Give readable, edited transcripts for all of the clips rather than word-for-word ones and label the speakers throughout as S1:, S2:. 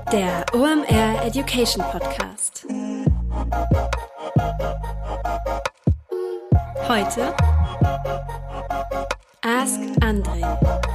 S1: Der OMR Education Podcast. Heute Ask André.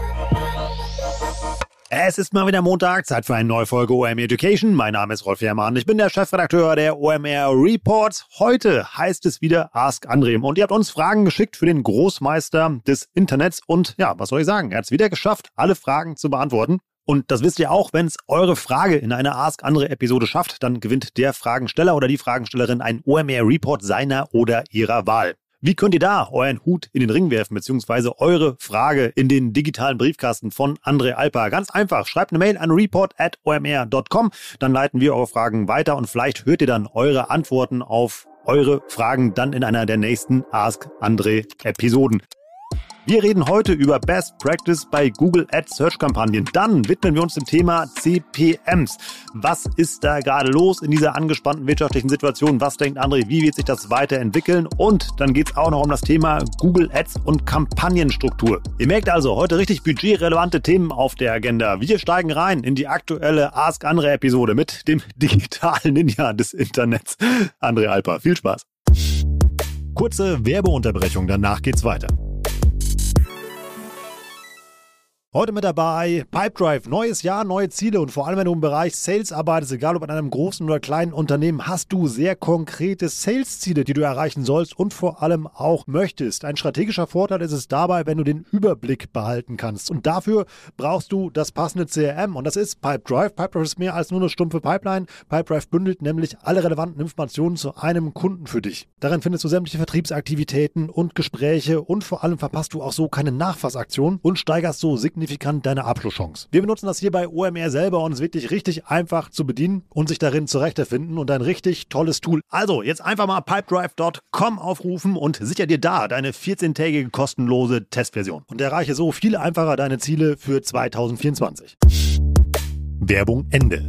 S2: Es ist mal wieder Montag, Zeit für eine neue Folge OMR Education. Mein Name ist Rolf Herrmann, ich bin der Chefredakteur der OMR Reports. Heute heißt es wieder Ask André und ihr habt uns Fragen geschickt für den Großmeister des Internets und ja, was soll ich sagen, er hat es wieder geschafft, alle Fragen zu beantworten. Und das wisst ihr auch, wenn es eure Frage in einer Ask André Episode schafft, dann gewinnt der Fragensteller oder die Fragenstellerin einen OMR Report seiner oder ihrer Wahl. Wie könnt ihr da euren Hut in den Ring werfen, beziehungsweise eure Frage in den digitalen Briefkasten von André Alper? Ganz einfach, schreibt eine Mail an report@omr.com, dann leiten wir eure Fragen weiter und vielleicht hört ihr dann eure Antworten auf eure Fragen dann in einer der nächsten Ask André Episoden. Wir reden heute über Best Practice bei Google Ads Search Kampagnen. Dann widmen wir uns dem Thema CPMs. Was ist da gerade los in dieser angespannten wirtschaftlichen Situation? Was denkt André? Wie wird sich das weiterentwickeln? Und dann geht es auch noch um das Thema Google Ads und Kampagnenstruktur. Ihr merkt also, heute richtig budgetrelevante Themen auf der Agenda. Wir steigen rein in die aktuelle Ask André Episode mit dem digitalen Ninja des Internets. André Alper, viel Spaß. Kurze Werbeunterbrechung, danach geht's weiter. Heute mit dabei Pipedrive, neues Jahr, neue Ziele und vor allem, wenn du im Bereich Sales arbeitest, egal ob in einem großen oder kleinen Unternehmen, hast du sehr konkrete Sales-Ziele, die du erreichen sollst und vor allem auch möchtest. Ein strategischer Vorteil ist es dabei, wenn du den Überblick behalten kannst und dafür brauchst du das passende CRM und das ist Pipedrive. Pipedrive ist mehr als nur eine stumpfe Pipeline. Pipedrive bündelt nämlich alle relevanten Informationen zu einem Kunden für dich. Darin findest du sämtliche Vertriebsaktivitäten und Gespräche und vor allem verpasst du auch so keine Nachfassaktion und steigerst so signifikant deine Abschlusschance. Wir benutzen das hier bei OMR selber und es ist wirklich richtig einfach zu bedienen und sich darin zurechtfinden und ein richtig tolles Tool. Also jetzt einfach mal pipedrive.com aufrufen und sicher dir da deine 14-tägige kostenlose Testversion und erreiche so viel einfacher deine Ziele für 2024. Werbung Ende.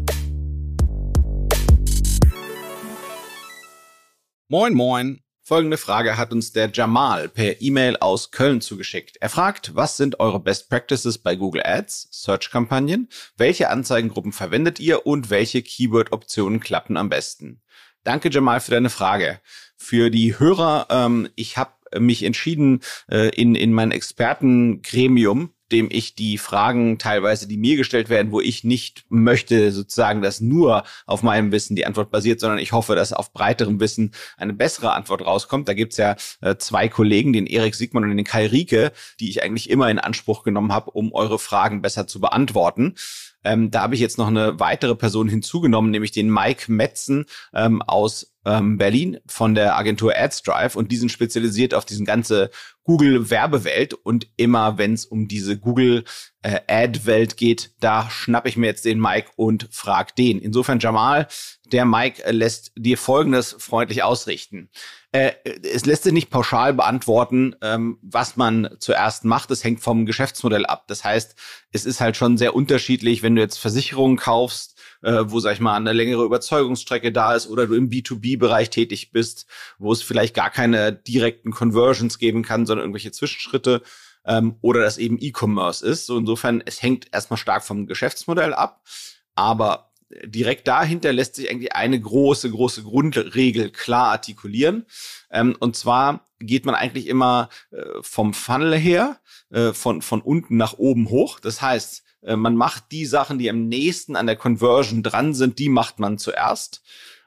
S3: Moin moin. Folgende Frage hat uns der Jamal per E-Mail aus Köln zugeschickt. Er fragt, was sind eure Best Practices bei Google Ads, Search-Kampagnen? Welche Anzeigengruppen verwendet ihr und welche Keyword-Optionen klappen am besten? Danke Jamal für deine Frage. Für die Hörer, ich habe mich entschieden, in mein Expertengremium, dem ich die Fragen teilweise, die mir gestellt werden, wo ich nicht möchte sozusagen, dass nur auf meinem Wissen die Antwort basiert, sondern ich hoffe, dass auf breiterem Wissen eine bessere Antwort rauskommt. Da gibt's ja zwei Kollegen, den Erik Siegmann und den Kai Rieke, die ich eigentlich immer in Anspruch genommen habe, um eure Fragen besser zu beantworten. Da habe ich jetzt noch eine weitere Person hinzugenommen, nämlich den Mike Metzen aus Berlin von der Agentur AdsDrive und die sind spezialisiert auf diesen ganze Google-Werbewelt und immer, wenn es um diese Google-Ad-Welt geht, da schnapp ich mir jetzt den Mike und frag den. Insofern, Jamal, der Mike lässt dir Folgendes freundlich ausrichten. Es lässt sich nicht pauschal beantworten, was man zuerst macht. Das hängt vom Geschäftsmodell ab. Das heißt, es ist halt schon sehr unterschiedlich, wenn du jetzt Versicherungen kaufst, wo, sag ich mal, eine längere Überzeugungsstrecke da ist oder du im B2B-Bereich tätig bist, wo es vielleicht gar keine direkten Conversions geben kann, sondern irgendwelche Zwischenschritte oder das eben E-Commerce ist. So insofern, es hängt erstmal stark vom Geschäftsmodell ab, aber direkt dahinter lässt sich eigentlich eine große Grundregel klar artikulieren. Und zwar geht man eigentlich immer vom Funnel her, von unten nach oben hoch. Das heißt, man macht die Sachen, die am nächsten an der Conversion dran sind, die macht man zuerst.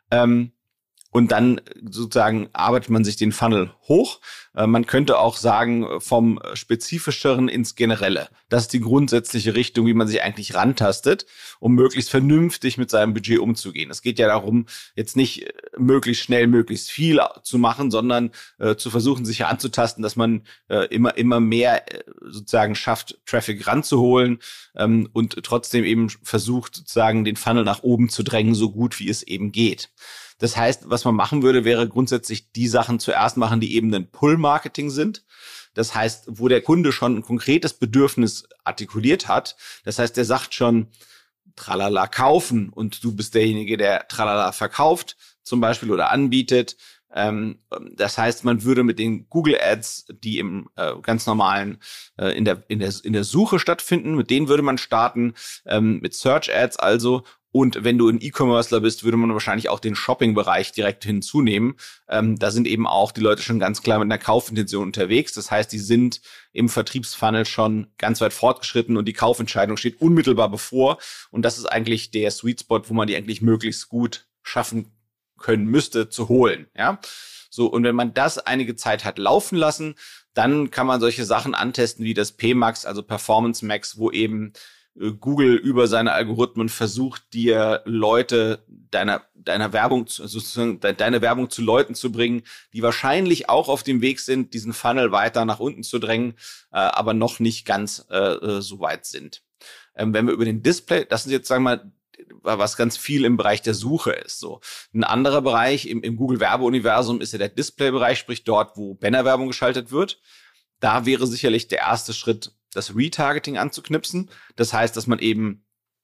S3: Und dann sozusagen arbeitet man sich den Funnel hoch. Man könnte auch sagen, vom Spezifischeren ins Generelle. Das ist die grundsätzliche Richtung, wie man sich eigentlich rantastet, um möglichst vernünftig mit seinem Budget umzugehen. Es geht ja darum, jetzt nicht möglichst schnell, möglichst viel zu machen, sondern zu versuchen, sich heranzutasten, dass man immer mehr sozusagen schafft, Traffic ranzuholen und trotzdem eben versucht, sozusagen den Funnel nach oben zu drängen, so gut wie es eben geht. Das heißt, was man machen würde, wäre grundsätzlich die Sachen zuerst machen, die eben ein Pull-Marketing sind. Das heißt, wo der Kunde schon ein konkretes Bedürfnis artikuliert hat. Das heißt, der sagt schon, tralala kaufen und du bist derjenige, der tralala verkauft zum Beispiel oder anbietet. Das heißt, man würde mit den Google Ads, die im ganz normalen in der Suche stattfinden, mit denen würde man starten, mit Search Ads also, Und wenn du ein E-Commercer bist, würde man wahrscheinlich auch den Shopping-Bereich direkt hinzunehmen. Da sind eben auch die Leute schon ganz klar mit einer Kaufintention unterwegs. Das heißt, die sind im Vertriebsfunnel schon ganz weit fortgeschritten und die Kaufentscheidung steht unmittelbar bevor. Und das ist eigentlich der Sweet Spot, wo man die eigentlich möglichst gut schaffen können müsste, zu holen. Ja, so. Und wenn man das einige Zeit hat laufen lassen, dann kann man solche Sachen antesten wie das PMax, also Performance Max, wo eben Google über seine Algorithmen versucht, dir Leute deine Werbung, sozusagen deine Werbung zu Leuten zu bringen, die wahrscheinlich auch auf dem Weg sind, diesen Funnel weiter nach unten zu drängen, aber noch nicht ganz so weit sind. Wenn wir über den Display, das ist jetzt, sagen wir mal, was ganz viel im Bereich der Suche ist. So ein anderer Bereich im Google-Werbeuniversum ist ja der Display-Bereich, sprich dort, wo Bannerwerbung geschaltet wird. Da wäre sicherlich der erste Schritt, das Retargeting anzuknipsen. Das heißt, dass man eben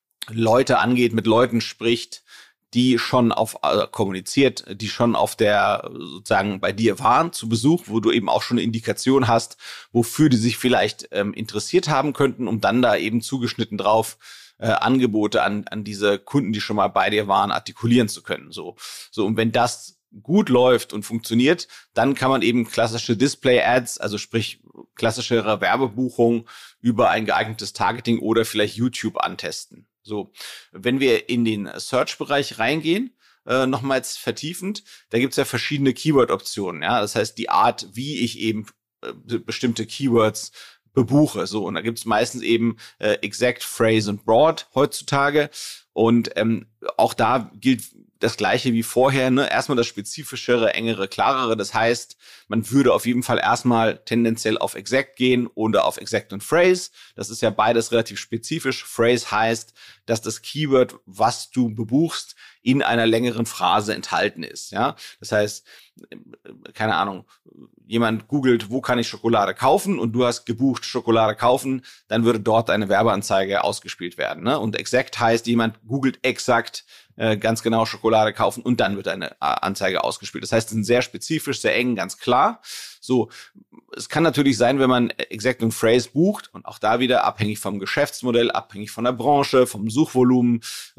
S3: Leute angeht, mit Leuten spricht, die schon kommuniziert, die schon auf der, sozusagen bei dir waren zu Besuch, wo du eben auch schon eine Indikation hast, wofür die sich vielleicht interessiert haben könnten, um dann da eben zugeschnitten drauf Angebote an diese Kunden, die schon mal bei dir waren, artikulieren zu können. So, und wenn das gut läuft und funktioniert, dann kann man eben klassische Display-Ads, also sprich klassischere Werbebuchungen über ein geeignetes Targeting oder vielleicht YouTube antesten. So, wenn wir in den Search-Bereich reingehen, nochmals vertiefend, da gibt's ja verschiedene Keyword-Optionen. Ja, das heißt, die Art, wie ich eben bestimmte Keywords bebuche. So, und da gibt's meistens eben Exact, Phrase und Broad heutzutage. Und auch da gilt das Gleiche wie vorher, ne? Erstmal das spezifischere, engere, klarere. Das heißt, man würde auf jeden Fall erstmal tendenziell auf Exact gehen oder auf Exact und Phrase. Das ist ja beides relativ spezifisch. Phrase heißt, dass das Keyword, was du bebuchst, in einer längeren Phrase enthalten ist. Ja, das heißt, keine Ahnung, jemand googelt, wo kann ich Schokolade kaufen, und du hast gebucht Schokolade kaufen, dann würde dort eine Werbeanzeige ausgespielt werden. Ne? Und Exact heißt, jemand googelt exakt ganz genau Schokolade kaufen, und dann wird eine Anzeige ausgespielt. Das heißt, es ist sehr spezifisch, sehr eng, ganz klar. So, es kann natürlich sein, wenn man Exact und Phrase bucht, und auch da wieder abhängig vom Geschäftsmodell, abhängig von der Branche, vom Suchvolumen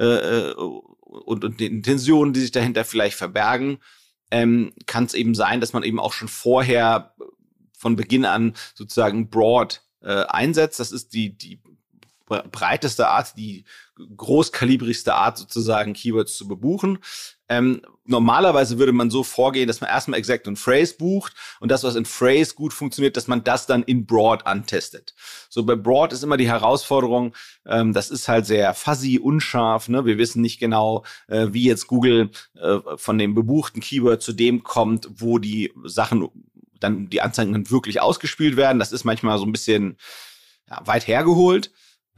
S3: und den Intentionen, die sich dahinter vielleicht verbergen, kann es eben sein, dass man eben auch schon vorher von Beginn an sozusagen Broad einsetzt. Das ist die breiteste Art, die großkalibrigste Art sozusagen, Keywords zu bebuchen. Normalerweise würde man so vorgehen, dass man erstmal Exact und Phrase bucht, und das, was in Phrase gut funktioniert, dass man das dann in Broad antestet. So, bei Broad ist immer die Herausforderung, das ist halt sehr fuzzy, unscharf, ne? Wir wissen nicht genau, wie jetzt Google von dem bebuchten Keyword zu dem kommt, wo die Sachen dann, die Anzeigen dann wirklich ausgespielt werden. Das ist manchmal so ein bisschen weit hergeholt.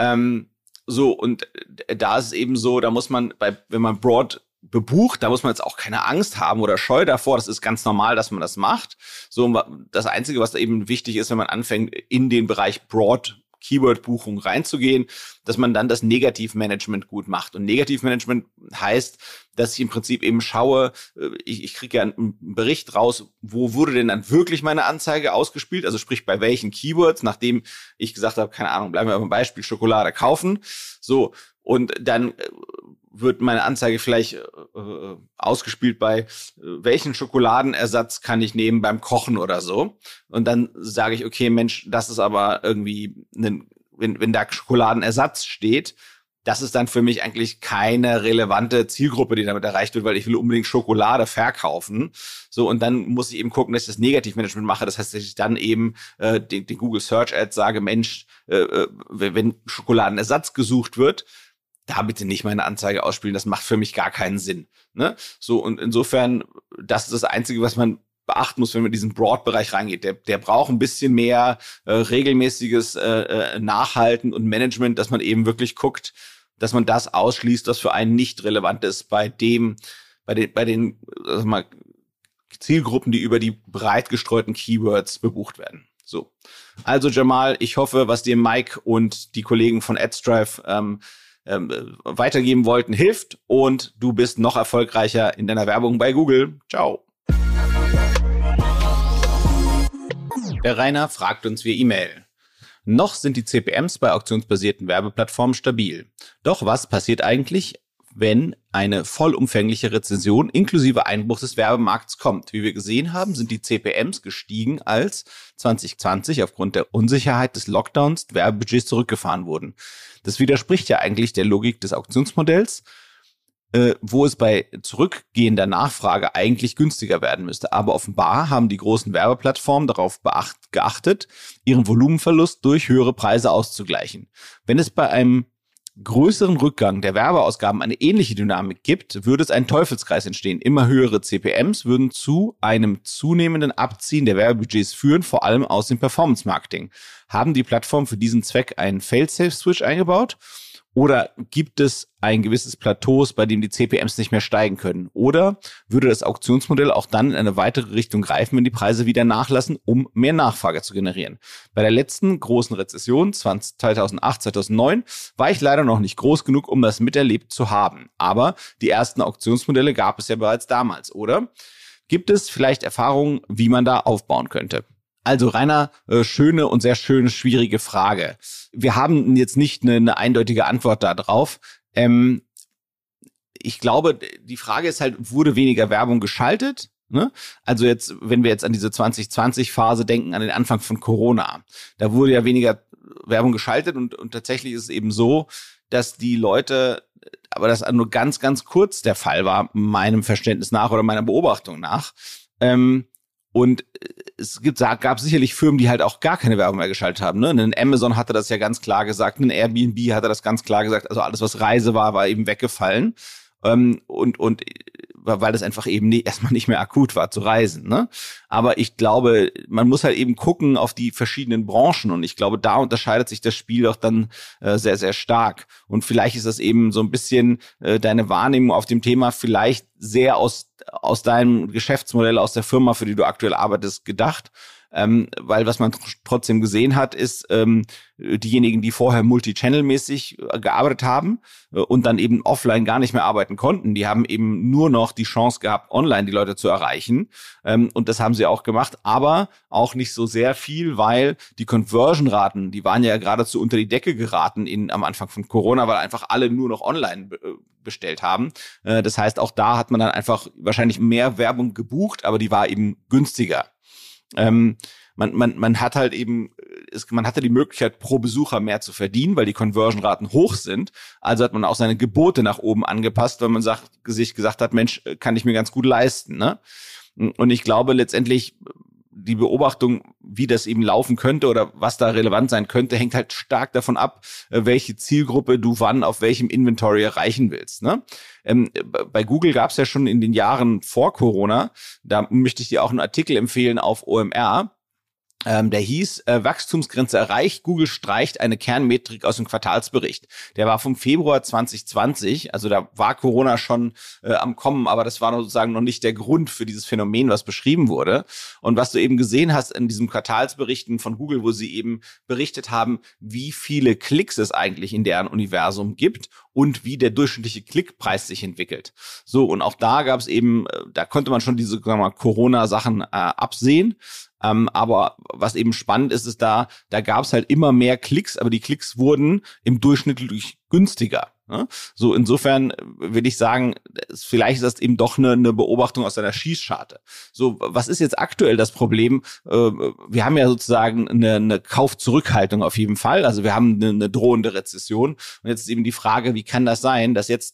S3: So, und da ist es eben so, da muss man, wenn man Broad bebucht, da muss man jetzt auch keine Angst haben oder Scheu davor. Das ist ganz normal, dass man das macht. So, das Einzige, was da eben wichtig ist, wenn man anfängt, in den Bereich Broad Keyword-Buchung reinzugehen, dass man dann das Negativmanagement gut macht. Und Negativmanagement heißt, dass ich im Prinzip eben schaue, ich kriege ja einen Bericht raus, wo wurde denn dann wirklich meine Anzeige ausgespielt, also sprich bei welchen Keywords, nachdem ich gesagt habe, keine Ahnung, bleiben wir beim Beispiel Schokolade kaufen. So, und dann wird meine Anzeige vielleicht ausgespielt bei welchen Schokoladenersatz kann ich nehmen beim Kochen oder so. Und dann sage ich, okay, Mensch, das ist aber irgendwie, wenn da Schokoladenersatz steht, das ist dann für mich eigentlich keine relevante Zielgruppe, die damit erreicht wird, weil ich will unbedingt Schokolade verkaufen. So, und dann muss ich eben gucken, dass ich das Negativmanagement mache. Das heißt, dass ich dann eben den Google Search Ads sage, Mensch, wenn Schokoladenersatz gesucht wird, da bitte nicht meine Anzeige ausspielen, das macht für mich gar keinen Sinn. Ne? So, und insofern, das ist das Einzige, was man beachten muss, wenn man in diesen Broad-Bereich reingeht. Der braucht ein bisschen mehr regelmäßiges Nachhalten und Management, dass man eben wirklich guckt, dass man das ausschließt, was für einen nicht relevant ist bei den also mal, Zielgruppen, die über die breit gestreuten Keywords bebucht werden. So, also Jamal, ich hoffe, was dir Mike und die Kollegen von AdStrive weitergeben wollten, hilft, und du bist noch erfolgreicher in deiner Werbung bei Google. Ciao. Der Rainer fragt uns via E-Mail. Noch sind die CPMs bei auktionsbasierten Werbeplattformen stabil. Doch was passiert eigentlich, wenn eine vollumfängliche Rezension inklusive Einbruch des Werbemarkts kommt. Wie wir gesehen haben, sind die CPMs gestiegen, als 2020 aufgrund der Unsicherheit des Lockdowns Werbebudgets zurückgefahren wurden. Das widerspricht ja eigentlich der Logik des Auktionsmodells, wo es bei zurückgehender Nachfrage eigentlich günstiger werden müsste. Aber offenbar haben die großen Werbeplattformen darauf geachtet, ihren Volumenverlust durch höhere Preise auszugleichen. Wenn es bei einem größeren Rückgang der Werbeausgaben eine ähnliche Dynamik gibt, würde es ein Teufelskreis entstehen. Immer höhere CPMs würden zu einem zunehmenden Abziehen der Werbebudgets führen, vor allem aus dem Performance-Marketing. Haben die Plattformen für diesen Zweck einen Fail-Safe-Switch eingebaut? Oder gibt es ein gewisses Plateau, bei dem die CPMs nicht mehr steigen können? Oder würde das Auktionsmodell auch dann in eine weitere Richtung greifen, wenn die Preise wieder nachlassen, um mehr Nachfrage zu generieren? Bei der letzten großen Rezession 2008, 2009 war ich leider noch nicht groß genug, um das miterlebt zu haben. Aber die ersten Auktionsmodelle gab es ja bereits damals, oder? Gibt es vielleicht Erfahrungen, wie man da aufbauen könnte? Also Rainer, schöne und sehr schöne, schwierige Frage. Wir haben jetzt nicht eine eindeutige Antwort da drauf. Ich glaube, die Frage ist halt, wurde weniger Werbung geschaltet? Ne? Also jetzt, wenn wir jetzt an diese 2020-Phase denken, an den Anfang von Corona, da wurde ja weniger Werbung geschaltet und tatsächlich ist es eben so, dass die Leute, aber das nur ganz, ganz kurz der Fall war, meinem Verständnis nach oder meiner Beobachtung nach, und es gab sicherlich Firmen, die halt auch gar keine Werbung mehr geschaltet haben. Ne? Ein Amazon hatte das ja ganz klar gesagt, ein Airbnb hatte das ganz klar gesagt. Also alles, was Reise war eben weggefallen. Und weil das einfach eben erstmal nicht mehr akut war zu reisen. Ne? Aber ich glaube, man muss halt eben gucken auf die verschiedenen Branchen. Und ich glaube, da unterscheidet sich das Spiel doch dann sehr, sehr stark. Und vielleicht ist das eben so ein bisschen deine Wahrnehmung auf dem Thema vielleicht sehr aus deinem Geschäftsmodell, aus der Firma, für die du aktuell arbeitest, gedacht. Weil was man trotzdem gesehen hat, ist, diejenigen, die vorher multi-channel-mäßig gearbeitet haben und dann eben offline gar nicht mehr arbeiten konnten, die haben eben nur noch die Chance gehabt, online die Leute zu erreichen. Und das haben sie auch gemacht, aber auch nicht so sehr viel, weil die Conversion-Raten, die waren ja geradezu unter die Decke geraten am Anfang von Corona, weil einfach alle nur noch online bestellt haben. Das heißt, auch da hat man dann einfach wahrscheinlich mehr Werbung gebucht, aber die war eben günstiger. Man hat halt eben, man hatte die Möglichkeit, pro Besucher mehr zu verdienen, weil die Conversion-Raten hoch sind. Also hat man auch seine Gebote nach oben angepasst, weil man sich gesagt hat, Mensch, kann ich mir ganz gut leisten. Ne? Und ich glaube letztendlich, die Beobachtung, wie das eben laufen könnte oder was da relevant sein könnte, hängt halt stark davon ab, welche Zielgruppe du wann auf welchem Inventory erreichen willst. Ne? Bei Google gab es ja schon in den Jahren vor Corona, da möchte ich dir auch einen Artikel empfehlen auf OMR, der hieß, Wachstumsgrenze erreicht, Google streicht eine Kernmetrik aus dem Quartalsbericht. Der war vom Februar 2020, also da war Corona schon am Kommen, aber das war sozusagen noch nicht der Grund für dieses Phänomen, was beschrieben wurde. Und was du eben gesehen hast in diesem Quartalsberichten von Google, wo sie eben berichtet haben, wie viele Klicks es eigentlich in deren Universum gibt und wie der durchschnittliche Klickpreis sich entwickelt. So, und auch da gab es eben, da konnte man schon diese Corona-Sachen absehen. Aber was eben spannend ist da gab es halt immer mehr Klicks, aber die Klicks wurden im Durchschnitt günstiger. Ne? So, insofern würde ich sagen, vielleicht ist das eben doch eine Beobachtung aus einer Schießscharte. So, was ist jetzt aktuell das Problem? Wir haben ja sozusagen eine Kaufzurückhaltung auf jeden Fall. Also wir haben eine drohende Rezession. Und jetzt ist eben die Frage, wie kann das sein, dass jetzt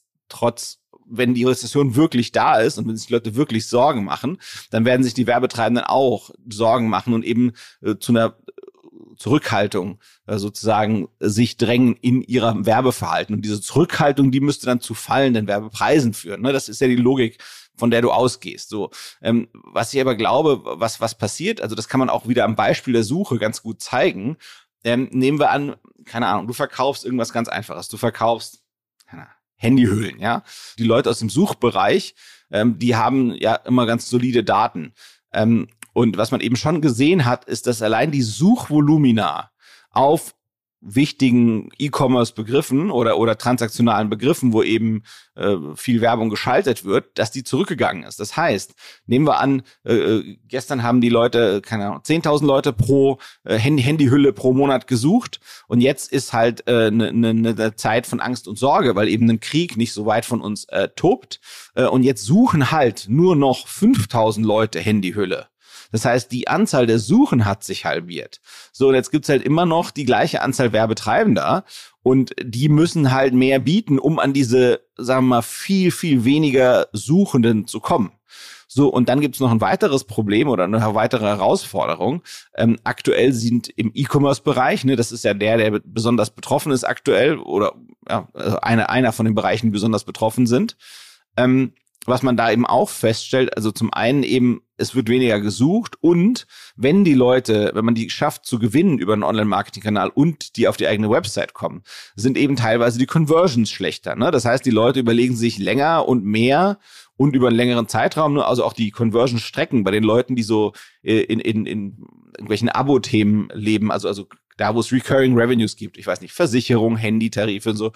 S3: wenn die Rezession wirklich da ist und wenn sich die Leute wirklich Sorgen machen, dann werden sich die Werbetreibenden auch Sorgen machen und eben zu einer Zurückhaltung sozusagen sich drängen in ihrem Werbeverhalten. Und diese Zurückhaltung, die müsste dann zu fallenden Werbepreisen führen. Ne? Das ist ja die Logik, von der du ausgehst. So, was ich aber glaube, was passiert, also das kann man auch wieder am Beispiel der Suche ganz gut zeigen. Nehmen wir an, keine Ahnung, du verkaufst irgendwas ganz Einfaches. Du verkaufst, Handyhüllen, ja. Die Leute aus dem Suchbereich, die haben ja immer ganz solide Daten. Und was man eben schon gesehen hat, ist, dass allein die Suchvolumina auf wichtigen E-Commerce-Begriffen oder transaktionalen Begriffen, wo eben viel Werbung geschaltet wird, dass die zurückgegangen ist. Das heißt, nehmen wir an, gestern haben die Leute, keine Ahnung, 10.000 Leute pro Handyhülle pro Monat gesucht und jetzt ist halt eine Zeit von Angst und Sorge, weil eben ein Krieg nicht so weit von uns tobt und jetzt suchen halt nur noch 5.000 Leute Handyhülle. Das heißt, die Anzahl der Suchen hat sich halbiert. So, und jetzt gibt's halt immer noch die gleiche Anzahl Werbetreibender und die müssen halt mehr bieten, um an diese, sagen wir mal, viel, viel weniger Suchenden zu kommen. So, und dann gibt's noch ein weiteres Problem oder eine weitere Herausforderung. Aktuell sind im E-Commerce-Bereich, das ist ja der besonders betroffen ist aktuell oder ja, also einer von den Bereichen, die besonders betroffen sind. Was man da eben auch feststellt, also zum einen eben, es wird weniger gesucht und wenn man die schafft zu gewinnen über einen Online-Marketing-Kanal und die auf die eigene Website kommen, sind eben teilweise die Conversions schlechter. Ne? Das heißt, die Leute überlegen sich länger und mehr und über einen längeren Zeitraum, also auch die Conversion-Strecken bei den Leuten, die so in irgendwelchen Abo-Themen leben, also da, wo es Recurring Revenues gibt, ich weiß nicht, Versicherung, Handytarife und so,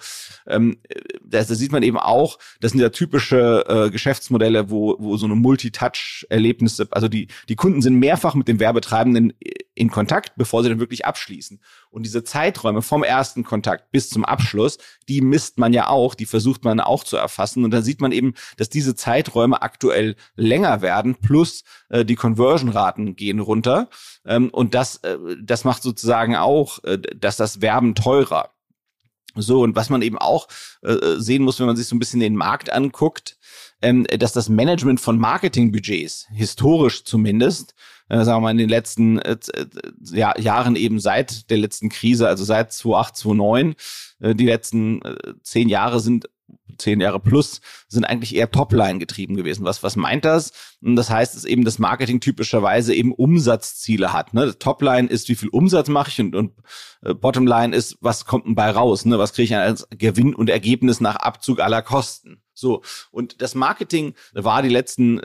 S3: da sieht man eben auch, das sind ja typische Geschäftsmodelle, wo so eine Multi-Touch-Erlebnisse, also die Kunden sind mehrfach mit dem Werbetreibenden in Kontakt, bevor sie dann wirklich abschließen. Und diese Zeiträume vom ersten Kontakt bis zum Abschluss, die misst man ja auch, die versucht man auch zu erfassen. Und dann sieht man eben, dass diese Zeiträume aktuell länger werden, plus die Conversion-Raten gehen runter. Und das macht sozusagen auch, dass das Werben teurer. So, und was man eben auch sehen muss, wenn man sich so ein bisschen den Markt anguckt, dass das Management von Marketingbudgets, historisch zumindest, sagen wir mal in den letzten Jahren eben seit der letzten Krise, also seit 2008, 2009, die letzten 10 Jahre plus sind eigentlich eher Topline getrieben gewesen. Was meint das? Und das heißt, dass eben das Marketing typischerweise eben Umsatzziele hat. Ne? Topline ist, wie viel Umsatz mache ich und Bottomline ist, was kommt denn bei raus? Ne? Was kriege ich als Gewinn und Ergebnis nach Abzug aller Kosten? So, und das Marketing war die letzten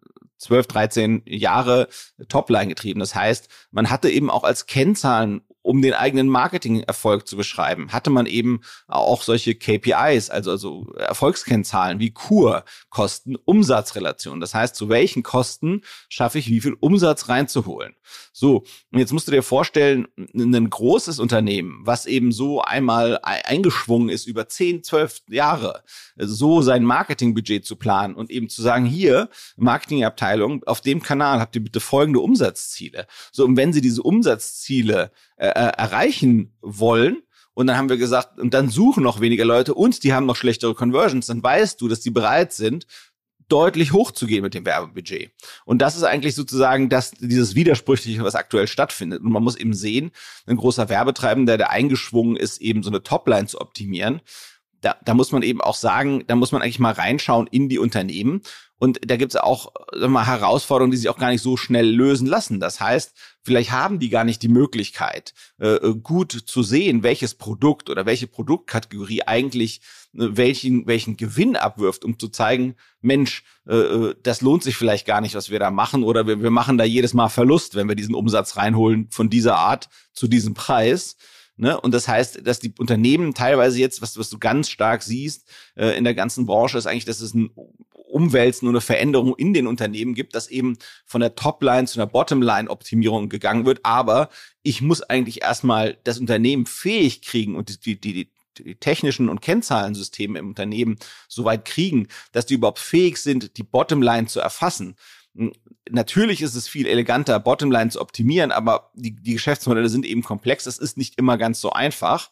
S3: 12, 13 Jahre Topline getrieben. Das heißt, man hatte eben auch als Kennzahlen, um den eigenen Marketing-Erfolg zu beschreiben, hatte man eben auch solche KPIs, also Erfolgskennzahlen wie KUR, Kosten-Umsatz-Relation. Das heißt, zu welchen Kosten schaffe ich, wie viel Umsatz reinzuholen. So, und jetzt musst du dir vorstellen, ein großes Unternehmen, was eben so einmal eingeschwungen ist über 10, 12 Jahre, so sein Marketingbudget zu planen und eben zu sagen, hier, Marketingabteilung, auf dem Kanal habt ihr bitte folgende Umsatzziele. So, und wenn sie diese Umsatzziele erreichen wollen, und dann haben wir gesagt, und dann suchen noch weniger Leute und die haben noch schlechtere Conversions, dann weißt du, dass die bereit sind, deutlich hochzugehen mit dem Werbebudget. Und das ist eigentlich sozusagen dieses Widersprüchliche, was aktuell stattfindet. Und man muss eben sehen, ein großer Werbetreibender, der eingeschwungen ist, eben so eine Topline zu optimieren, da muss man eben auch sagen, da muss man eigentlich mal reinschauen in die Unternehmen. Und da gibt es auch Herausforderungen, die sich auch gar nicht so schnell lösen lassen. Das heißt, vielleicht haben die gar nicht die Möglichkeit, gut zu sehen, welches Produkt oder welche Produktkategorie eigentlich welchen Gewinn abwirft, um zu zeigen, Mensch, das lohnt sich vielleicht gar nicht, was wir da machen, oder wir machen da jedes Mal Verlust, wenn wir diesen Umsatz reinholen von dieser Art zu diesem Preis. Ne? Und das heißt, dass die Unternehmen teilweise jetzt, was du ganz stark siehst in der ganzen Branche, ist eigentlich, dass es ein Umwälzen und eine Veränderung in den Unternehmen gibt, dass eben von der Topline zu einer Bottomline-Optimierung gegangen wird. Aber ich muss eigentlich erstmal das Unternehmen fähig kriegen und die technischen und Kennzahlensysteme im Unternehmen so weit kriegen, dass die überhaupt fähig sind, die Bottomline zu erfassen. Natürlich ist es viel eleganter, Bottomline zu optimieren, aber die Geschäftsmodelle sind eben komplex. Das ist nicht immer ganz so einfach.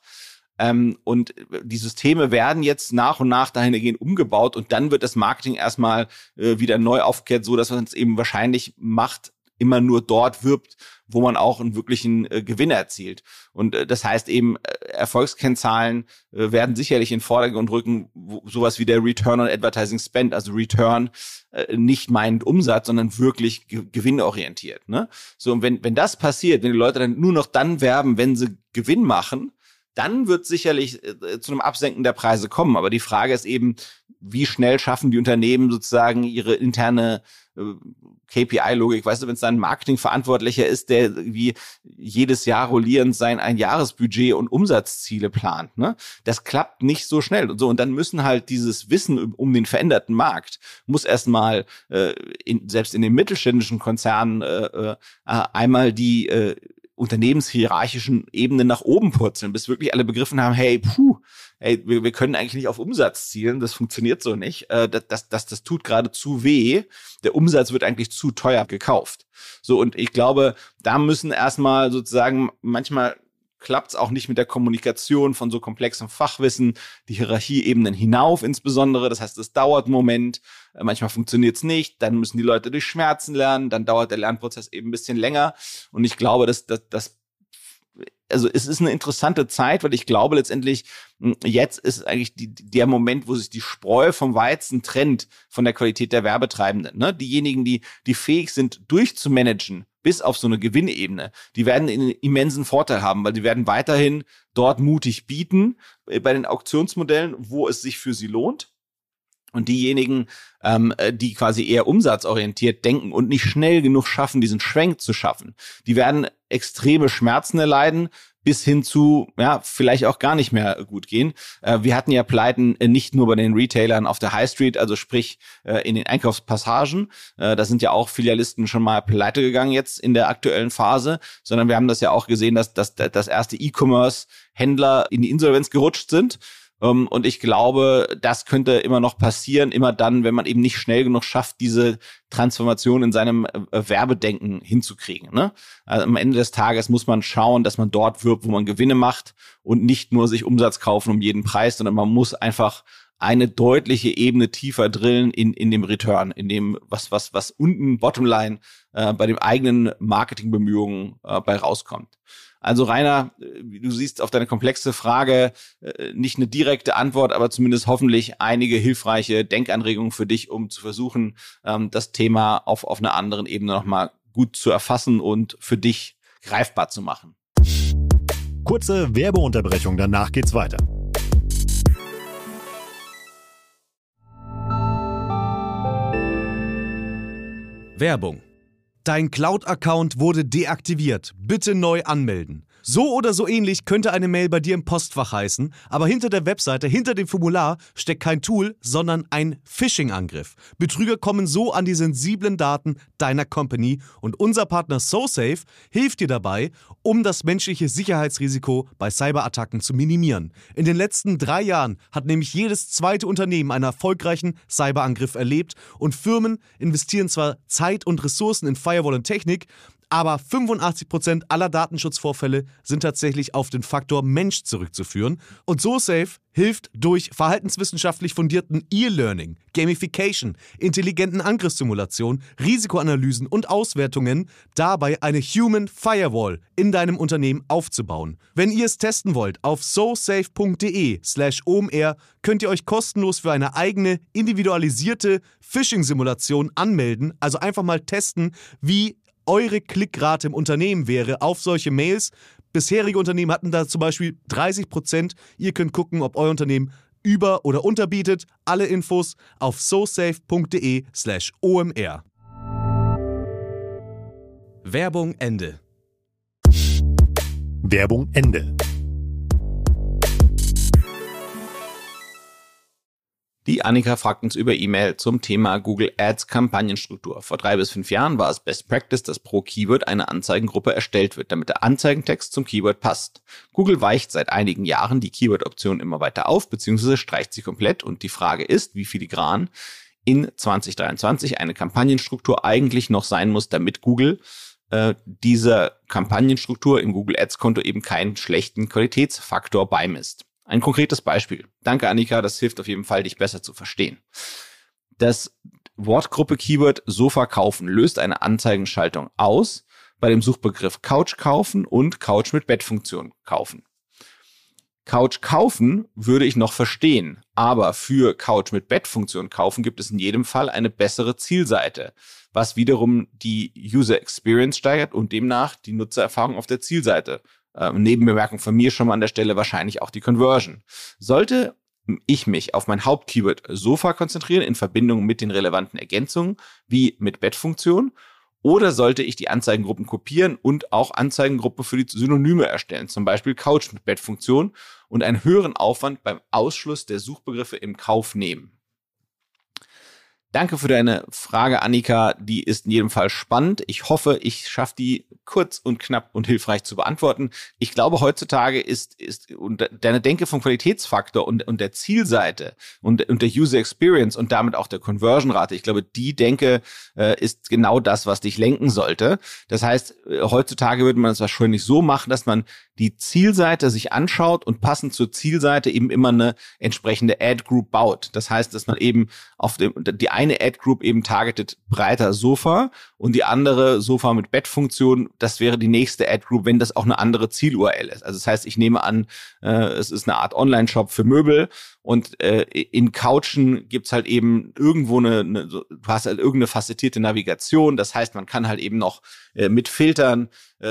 S3: Und die Systeme werden jetzt nach und nach dahingehend umgebaut und dann wird das Marketing erstmal wieder neu aufgekehrt, so dass man es eben wahrscheinlich macht, immer nur dort wirbt, wo man auch einen wirklichen Gewinn erzielt. Und das heißt eben, Erfolgskennzahlen werden sicherlich in den Vordergrund rücken, sowas wie der Return on Advertising Spend, also Return nicht meinend Umsatz, sondern wirklich gewinnorientiert. Ne? So, und wenn das passiert, wenn die Leute dann nur noch dann werben, wenn sie Gewinn machen, dann wird sicherlich zu einem Absenken der Preise kommen. Aber die Frage ist eben, wie schnell schaffen die Unternehmen sozusagen ihre interne KPI-Logik, weißt du, wenn es dann ein Marketingverantwortlicher ist, der irgendwie jedes Jahr rollierend sein Einjahresbudget und Umsatzziele plant, ne? Das klappt nicht so schnell und so. Und dann müssen halt dieses Wissen um den veränderten Markt muss erstmal selbst in den mittelständischen Konzernen einmal die unternehmenshierarchischen Ebenen nach oben purzeln, bis wirklich alle begriffen haben, hey, wir können eigentlich nicht auf Umsatz zielen, das funktioniert so nicht, das tut gerade zu weh, der Umsatz wird eigentlich zu teuer gekauft. So, und ich glaube, da müssen erstmal sozusagen, manchmal klappt es auch nicht mit der Kommunikation von so komplexem Fachwissen, die Hierarchieebenen hinauf insbesondere, das heißt, es dauert einen Moment, manchmal funktioniert es nicht, dann müssen die Leute durch Schmerzen lernen, dann dauert der Lernprozess eben ein bisschen länger und ich glaube, also es ist eine interessante Zeit, weil ich glaube letztendlich, jetzt ist eigentlich der Moment, wo sich die Spreu vom Weizen trennt von der Qualität der Werbetreibenden. Ne? Diejenigen, die fähig sind, durchzumanagen, bis auf so eine Gewinnebene, die werden einen immensen Vorteil haben, weil die werden weiterhin dort mutig bieten bei den Auktionsmodellen, wo es sich für sie lohnt. Und diejenigen, die quasi eher umsatzorientiert denken und nicht schnell genug schaffen, diesen Schwenk zu schaffen, die werden extreme Schmerzen erleiden, bis hin zu, ja, vielleicht auch gar nicht mehr gut gehen. Wir hatten ja Pleiten nicht nur bei den Retailern auf der High Street, also sprich in den Einkaufspassagen. Da sind ja auch Filialisten schon mal pleite gegangen jetzt in der aktuellen Phase, sondern wir haben das ja auch gesehen, dass das erste E-Commerce-Händler in die Insolvenz gerutscht sind. Und ich glaube, das könnte immer noch passieren, immer dann, wenn man eben nicht schnell genug schafft, diese Transformation in seinem Werbedenken hinzukriegen. Ne? Also am Ende des Tages muss man schauen, dass man dort wirbt, wo man Gewinne macht und nicht nur sich Umsatz kaufen um jeden Preis, sondern man muss einfach eine deutliche Ebene tiefer drillen in dem Return, in dem, was unten Bottomline bei den eigenen Marketingbemühungen bei rauskommt. Also Rainer, du siehst auf deine komplexe Frage nicht eine direkte Antwort, aber zumindest hoffentlich einige hilfreiche Denkanregungen für dich, um zu versuchen, das Thema auf einer anderen Ebene nochmal gut zu erfassen und für dich greifbar zu machen.
S2: Kurze Werbeunterbrechung, danach geht's weiter.
S4: Werbung. Dein Cloud-Account wurde deaktiviert. Bitte neu anmelden. So oder so ähnlich könnte eine Mail bei dir im Postfach heißen, aber hinter der Webseite, hinter dem Formular steckt kein Tool, sondern ein Phishing-Angriff. Betrüger kommen so an die sensiblen Daten deiner Company und unser Partner SoSafe hilft dir dabei, um das menschliche Sicherheitsrisiko bei Cyberattacken zu minimieren. In den letzten 3 Jahren hat nämlich jedes zweite Unternehmen einen erfolgreichen Cyberangriff erlebt und Firmen investieren zwar Zeit und Ressourcen in Firewall und Technik, aber 85% aller Datenschutzvorfälle sind tatsächlich auf den Faktor Mensch zurückzuführen. Und SoSafe hilft durch verhaltenswissenschaftlich fundierten E-Learning, Gamification, intelligenten Angriffssimulationen, Risikoanalysen und Auswertungen dabei eine Human Firewall in deinem Unternehmen aufzubauen. Wenn ihr es testen wollt, auf sosafe.de/omr könnt ihr euch kostenlos für eine eigene individualisierte Phishing-Simulation anmelden. Also einfach mal testen, wie eure Klickrate im Unternehmen wäre auf solche Mails. Bisherige Unternehmen hatten da zum Beispiel 30%. Ihr könnt gucken, ob euer Unternehmen über- oder unterbietet. Alle Infos auf sosafe.de/omr. Werbung Ende.
S2: Werbung Ende.
S3: Die Annika fragt uns über E-Mail zum Thema Google Ads Kampagnenstruktur. Vor 3 bis 5 Jahren war es Best Practice, dass pro Keyword eine Anzeigengruppe erstellt wird, damit der Anzeigentext zum Keyword passt. Google weicht seit einigen Jahren die Keyword-Option immer weiter auf, bzw. streicht sie komplett und die Frage ist, wie filigran in 2023 eine Kampagnenstruktur eigentlich noch sein muss, damit Google dieser Kampagnenstruktur im Google Ads Konto eben keinen schlechten Qualitätsfaktor beimisst. Ein konkretes Beispiel. Danke, Annika, das hilft auf jeden Fall, dich besser zu verstehen. Das Wortgruppe Keyword Sofa kaufen löst eine Anzeigenschaltung aus bei dem Suchbegriff Couch kaufen und Couch mit Bettfunktion kaufen. Couch kaufen würde ich noch verstehen, aber für Couch mit Bettfunktion kaufen gibt es in jedem Fall eine bessere Zielseite, was wiederum die User Experience steigert und demnach die Nutzererfahrung auf der Zielseite. Nebenbemerkung von mir schon mal an der Stelle wahrscheinlich auch die Conversion. Sollte ich mich auf mein Hauptkeyword Sofa konzentrieren in Verbindung mit den relevanten Ergänzungen wie mit Bettfunktion? Oder sollte ich die Anzeigengruppen kopieren und auch Anzeigengruppen für die Synonyme erstellen, zum Beispiel Couch mit Bettfunktion, und einen höheren Aufwand beim Ausschluss der Suchbegriffe im Kauf nehmen? Danke für deine Frage, Annika. Die ist in jedem Fall spannend. Ich hoffe, ich schaffe die kurz und knapp und hilfreich zu beantworten. Ich glaube, heutzutage ist und deine Denke vom Qualitätsfaktor und der Zielseite und der User Experience und damit auch der Conversion-Rate, ich glaube, die Denke ist genau das, was dich lenken sollte. Das heißt, heutzutage würde man es wahrscheinlich so machen, dass man die Zielseite sich anschaut und passend zur Zielseite eben immer eine entsprechende Ad-Group baut. Das heißt, dass man eben die eine Ad-Group eben targetet breiter Sofa und die andere Sofa mit Bettfunktion, das wäre die nächste Ad-Group, wenn das auch eine andere Ziel-URL ist. Also das heißt, ich nehme an, es ist eine Art Online-Shop für Möbel und in Couchen gibt's halt eben irgendwo du hast halt irgendeine facettierte Navigation. Das heißt, man kann halt eben noch mit Filtern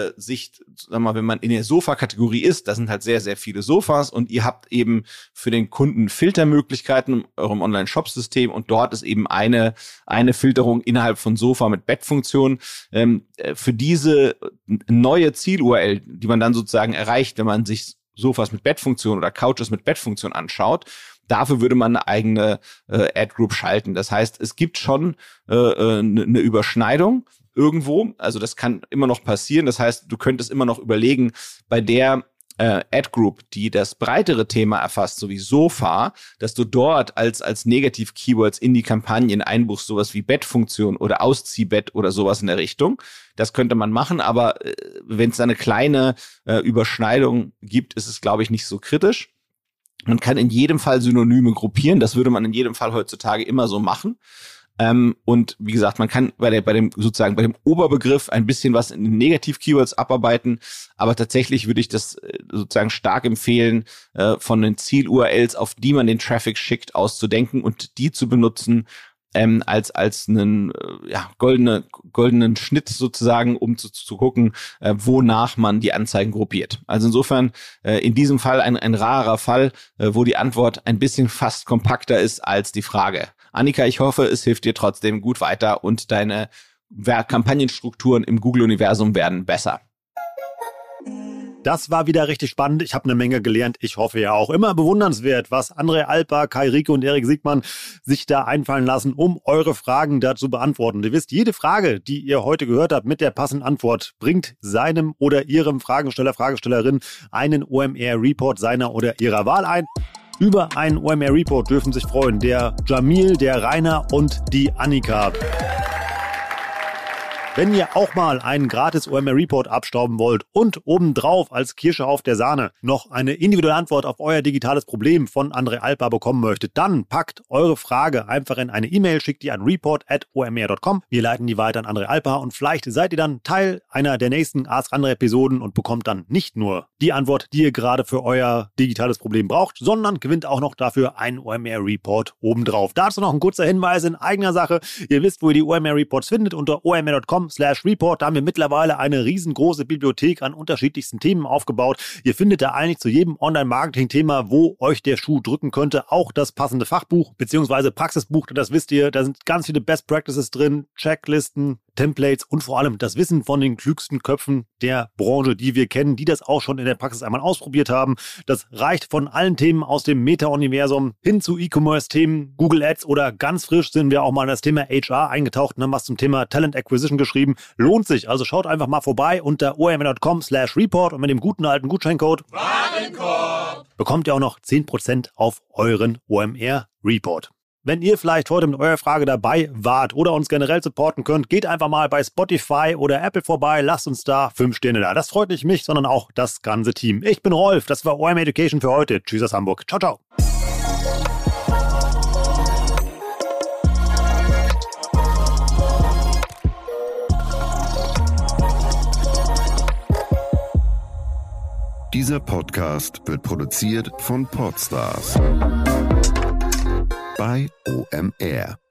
S3: wenn man in der Sofa-Kategorie ist, da sind halt sehr, sehr viele Sofas und ihr habt eben für den Kunden Filtermöglichkeiten in eurem Online-Shop-System und dort ist eben eine Filterung innerhalb von Sofa mit Bettfunktion. Für diese neue Ziel-URL, die man dann sozusagen erreicht, wenn man sich Sofas mit Bettfunktion oder Couches mit Bettfunktion anschaut, dafür würde man eine eigene Ad-Group schalten. Das heißt, es gibt schon eine Überschneidung irgendwo, also das kann immer noch passieren. Das heißt, du könntest immer noch überlegen, bei der Ad-Group, die das breitere Thema erfasst, so wie Sofa, dass du dort als Negativ-Keywords in die Kampagnen einbuchst, sowas wie Bettfunktion oder Ausziehbett oder sowas in der Richtung. Das könnte man machen, aber wenn es eine kleine Überschneidung gibt, ist es, glaube ich, nicht so kritisch. Man kann in jedem Fall Synonyme gruppieren, das würde man in jedem Fall heutzutage immer so machen. Und wie gesagt, man kann bei dem Oberbegriff ein bisschen was in den Negativ-Keywords abarbeiten, aber tatsächlich würde ich das sozusagen stark empfehlen, von den Ziel-URLs, auf die man den Traffic schickt, auszudenken und die zu benutzen als einen goldenen Schnitt sozusagen, um zu gucken, wonach man die Anzeigen gruppiert. Also insofern in diesem Fall ein rarer Fall, wo die Antwort ein bisschen fast kompakter ist als die Frage. Annika, ich hoffe, es hilft dir trotzdem gut weiter und deine Kampagnenstrukturen im Google-Universum werden besser.
S2: Das war wieder richtig spannend. Ich habe eine Menge gelernt. Ich hoffe ja auch. Immer bewundernswert, was André Alpa, Kai Rieke und Erik Siegmann sich da einfallen lassen, um eure Fragen da zu beantworten. Ihr wisst, jede Frage, die ihr heute gehört habt mit der passenden Antwort, bringt seinem oder ihrem Fragesteller, Fragestellerin einen OMR-Report seiner oder ihrer Wahl ein. Über einen OMR-Report dürfen sich freuen der Jamil, der Rainer und die Annika. Wenn ihr auch mal einen gratis OMR-Report abstauben wollt und obendrauf als Kirsche auf der Sahne noch eine individuelle Antwort auf euer digitales Problem von André Alpa bekommen möchtet, dann packt eure Frage einfach in eine E-Mail, schickt die an report@omr.com. Wir leiten die weiter an André Alpa und vielleicht seid ihr dann Teil einer der nächsten Ask André-Episoden und bekommt dann nicht nur die Antwort, die ihr gerade für euer digitales Problem braucht, sondern gewinnt auch noch dafür einen OMR-Report obendrauf. Dazu noch ein kurzer Hinweis in eigener Sache. Ihr wisst, wo ihr die OMR-Reports findet, unter omr.com/Report. Da haben wir mittlerweile eine riesengroße Bibliothek an unterschiedlichsten Themen aufgebaut. Ihr findet da eigentlich zu jedem Online-Marketing-Thema, wo euch der Schuh drücken könnte, auch das passende Fachbuch bzw. Praxisbuch. Das wisst ihr, da sind ganz viele Best Practices drin, Checklisten, Templates und vor allem das Wissen von den klügsten Köpfen der Branche, die wir kennen, die das auch schon in der Praxis einmal ausprobiert haben. Das reicht von allen Themen aus dem Meta-Universum hin zu E-Commerce-Themen, Google Ads oder ganz frisch sind wir auch mal in das Thema HR eingetaucht und haben was zum Thema Talent Acquisition geschrieben. Lohnt sich, also schaut einfach mal vorbei unter omr.com/report und mit dem guten alten Gutscheincode Warenkorb bekommt ihr auch noch 10% auf euren OMR-Report. Wenn ihr vielleicht heute mit eurer Frage dabei wart oder uns generell supporten könnt, geht einfach mal bei Spotify oder Apple vorbei, lasst uns da 5 Sterne da. Das freut nicht mich, sondern auch das ganze Team. Ich bin Rolf, das war OMR Education für heute. Tschüss aus Hamburg. Ciao, ciao.
S5: Dieser Podcast wird produziert von Podstars bei OMR.